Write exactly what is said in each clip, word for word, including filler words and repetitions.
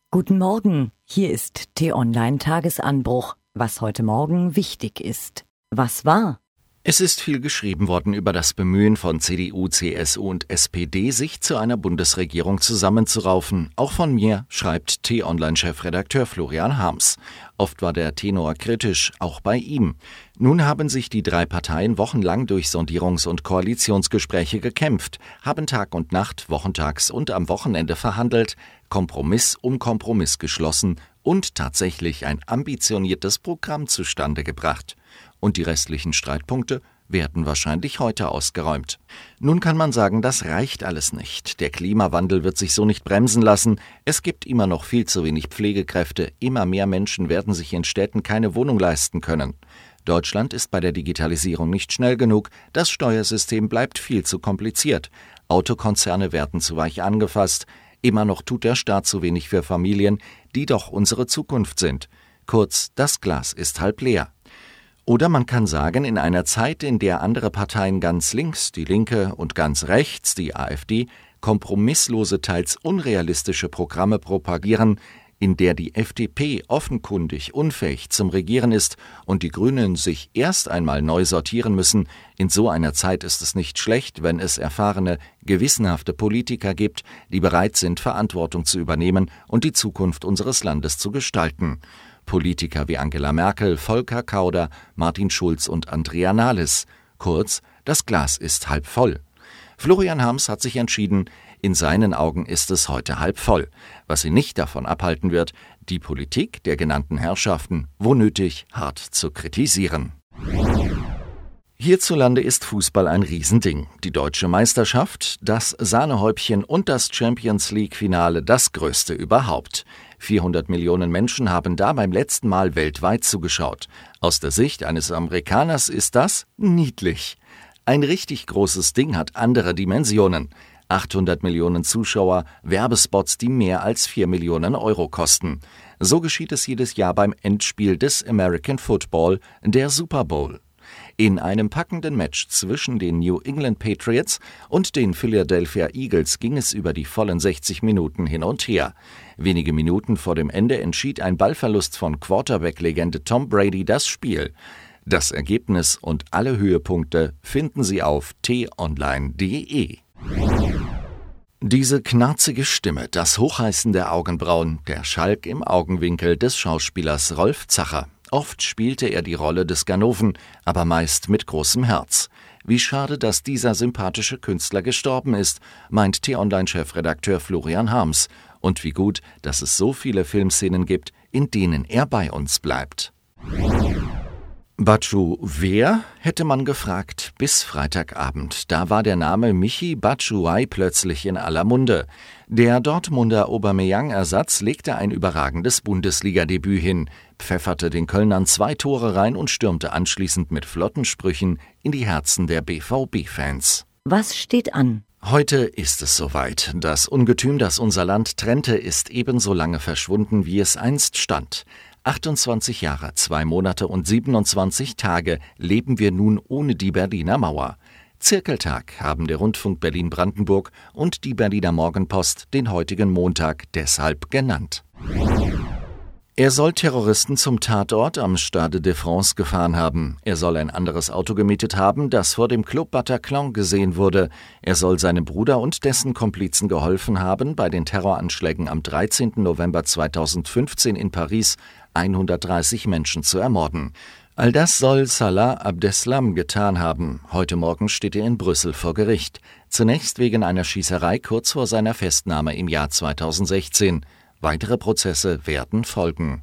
Guten Morgen, hier ist T-Online Tagesanbruch, was heute Morgen wichtig ist. Was war? Es ist viel geschrieben worden über das Bemühen von C D U, C S U und S P D, sich zu einer Bundesregierung zusammenzuraufen. Auch von mir, schreibt T-Online-Chefredakteur Florian Harms. Oft war der Tenor kritisch, auch bei ihm. Nun haben sich die drei Parteien wochenlang durch Sondierungs- und Koalitionsgespräche gekämpft, haben Tag und Nacht, wochentags und am Wochenende verhandelt, Kompromiss um Kompromiss geschlossen und tatsächlich ein ambitioniertes Programm zustande gebracht. Und die restlichen Streitpunkte werden wahrscheinlich heute ausgeräumt. Nun kann man sagen, das reicht alles nicht. Der Klimawandel wird sich so nicht bremsen lassen. Es gibt immer noch viel zu wenig Pflegekräfte. Immer mehr Menschen werden sich in Städten keine Wohnung leisten können. Deutschland ist bei der Digitalisierung nicht schnell genug. Das Steuersystem bleibt viel zu kompliziert. Autokonzerne werden zu weich angefasst. Immer noch tut der Staat zu wenig für Familien, die doch unsere Zukunft sind. Kurz, das Glas ist halb leer. Oder man kann sagen, in einer Zeit, in der andere Parteien ganz links, die Linke, und ganz rechts, die AfD, kompromisslose, teils unrealistische Programme propagieren, in der die F D P offenkundig unfähig zum Regieren ist und die Grünen sich erst einmal neu sortieren müssen, in so einer Zeit ist es nicht schlecht, wenn es erfahrene, gewissenhafte Politiker gibt, die bereit sind, Verantwortung zu übernehmen und die Zukunft unseres Landes zu gestalten. Politiker wie Angela Merkel, Volker Kauder, Martin Schulz und Andrea Nahles. Kurz, das Glas ist halb voll. Florian Harms hat sich entschieden, in seinen Augen ist es heute halb voll, was ihn nicht davon abhalten wird, die Politik der genannten Herrschaften, wo nötig, hart zu kritisieren. Hierzulande ist Fußball ein Riesending. Die deutsche Meisterschaft, das Sahnehäubchen und das Champions-League-Finale das größte überhaupt. vierhundert Millionen Menschen haben da beim letzten Mal weltweit zugeschaut. Aus der Sicht eines Amerikaners ist das niedlich. Ein richtig großes Ding hat andere Dimensionen. achthundert Millionen Zuschauer, Werbespots, die mehr als vier Millionen Euro kosten. So geschieht es jedes Jahr beim Endspiel des American Football, der Super Bowl. In einem packenden Match zwischen den New England Patriots und den Philadelphia Eagles ging es über die vollen sechzig Minuten hin und her. Wenige Minuten vor dem Ende entschied ein Ballverlust von Quarterback-Legende Tom Brady das Spiel. Das Ergebnis und alle Höhepunkte finden Sie auf t online punkt de. Diese knarzige Stimme, das Hochreißen der Augenbrauen, der Schalk im Augenwinkel des Schauspielers Rolf Zacher. Oft spielte er die Rolle des Ganoven, aber meist mit großem Herz. Wie schade, dass dieser sympathische Künstler gestorben ist, meint T-Online-Chefredakteur Florian Harms. Und wie gut, dass es so viele Filmszenen gibt, in denen er bei uns bleibt. Batshuayi, wer, hätte man gefragt, bis Freitagabend. Da war der Name Michy Batshuayi plötzlich in aller Munde. Der Dortmunder Aubameyang-Ersatz legte ein überragendes Bundesliga-Debüt hin, pfefferte den Kölnern zwei Tore rein und stürmte anschließend mit flotten Sprüchen in die Herzen der B V B-Fans. Was steht an? Heute ist es soweit. Das Ungetüm, das unser Land trennte, ist ebenso lange verschwunden, wie es einst stand. achtundzwanzig Jahre, zwei Monate und siebenundzwanzig Tage leben wir nun ohne die Berliner Mauer. Zirkeltag haben der Rundfunk Berlin-Brandenburg und die Berliner Morgenpost den heutigen Montag deshalb genannt. Er soll Terroristen zum Tatort am Stade de France gefahren haben. Er soll ein anderes Auto gemietet haben, das vor dem Club Bataclan gesehen wurde. Er soll seinem Bruder und dessen Komplizen geholfen haben, bei den Terroranschlägen am dreizehnten November zweitausendfünfzehn in Paris hundertdreißig Menschen zu ermorden. All das soll Salah Abdeslam getan haben. Heute Morgen steht er in Brüssel vor Gericht. Zunächst wegen einer Schießerei kurz vor seiner Festnahme im Jahr zweitausendsechzehn. Weitere Prozesse werden folgen.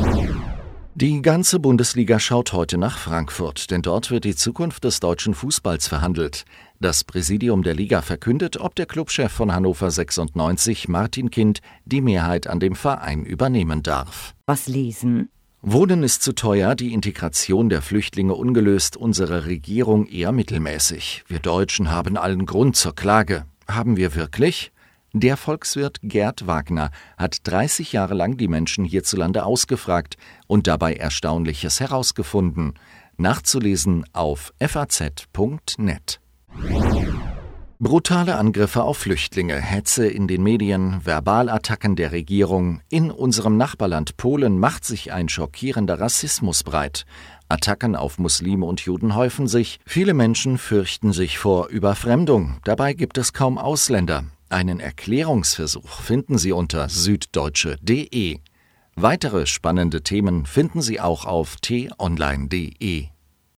Die ganze Bundesliga schaut heute nach Frankfurt, denn dort wird die Zukunft des deutschen Fußballs verhandelt. Das Präsidium der Liga verkündet, ob der Clubchef von Hannover sechsundneunzig, Martin Kind, die Mehrheit an dem Verein übernehmen darf. Was lesen? Wohnen ist zu teuer, die Integration der Flüchtlinge ungelöst, unsere Regierung eher mittelmäßig. Wir Deutschen haben allen Grund zur Klage. Haben wir wirklich? Der Volkswirt Gerd Wagner hat dreißig Jahre lang die Menschen hierzulande ausgefragt und dabei Erstaunliches herausgefunden. Nachzulesen auf f a z punkt net. Brutale Angriffe auf Flüchtlinge, Hetze in den Medien, Verbalattacken der Regierung. In unserem Nachbarland Polen macht sich ein schockierender Rassismus breit. Attacken auf Muslime und Juden häufen sich. Viele Menschen fürchten sich vor Überfremdung. Dabei gibt es kaum Ausländer. Einen Erklärungsversuch finden Sie unter süddeutsche punkt de. Weitere spannende Themen finden Sie auch auf t online punkt de.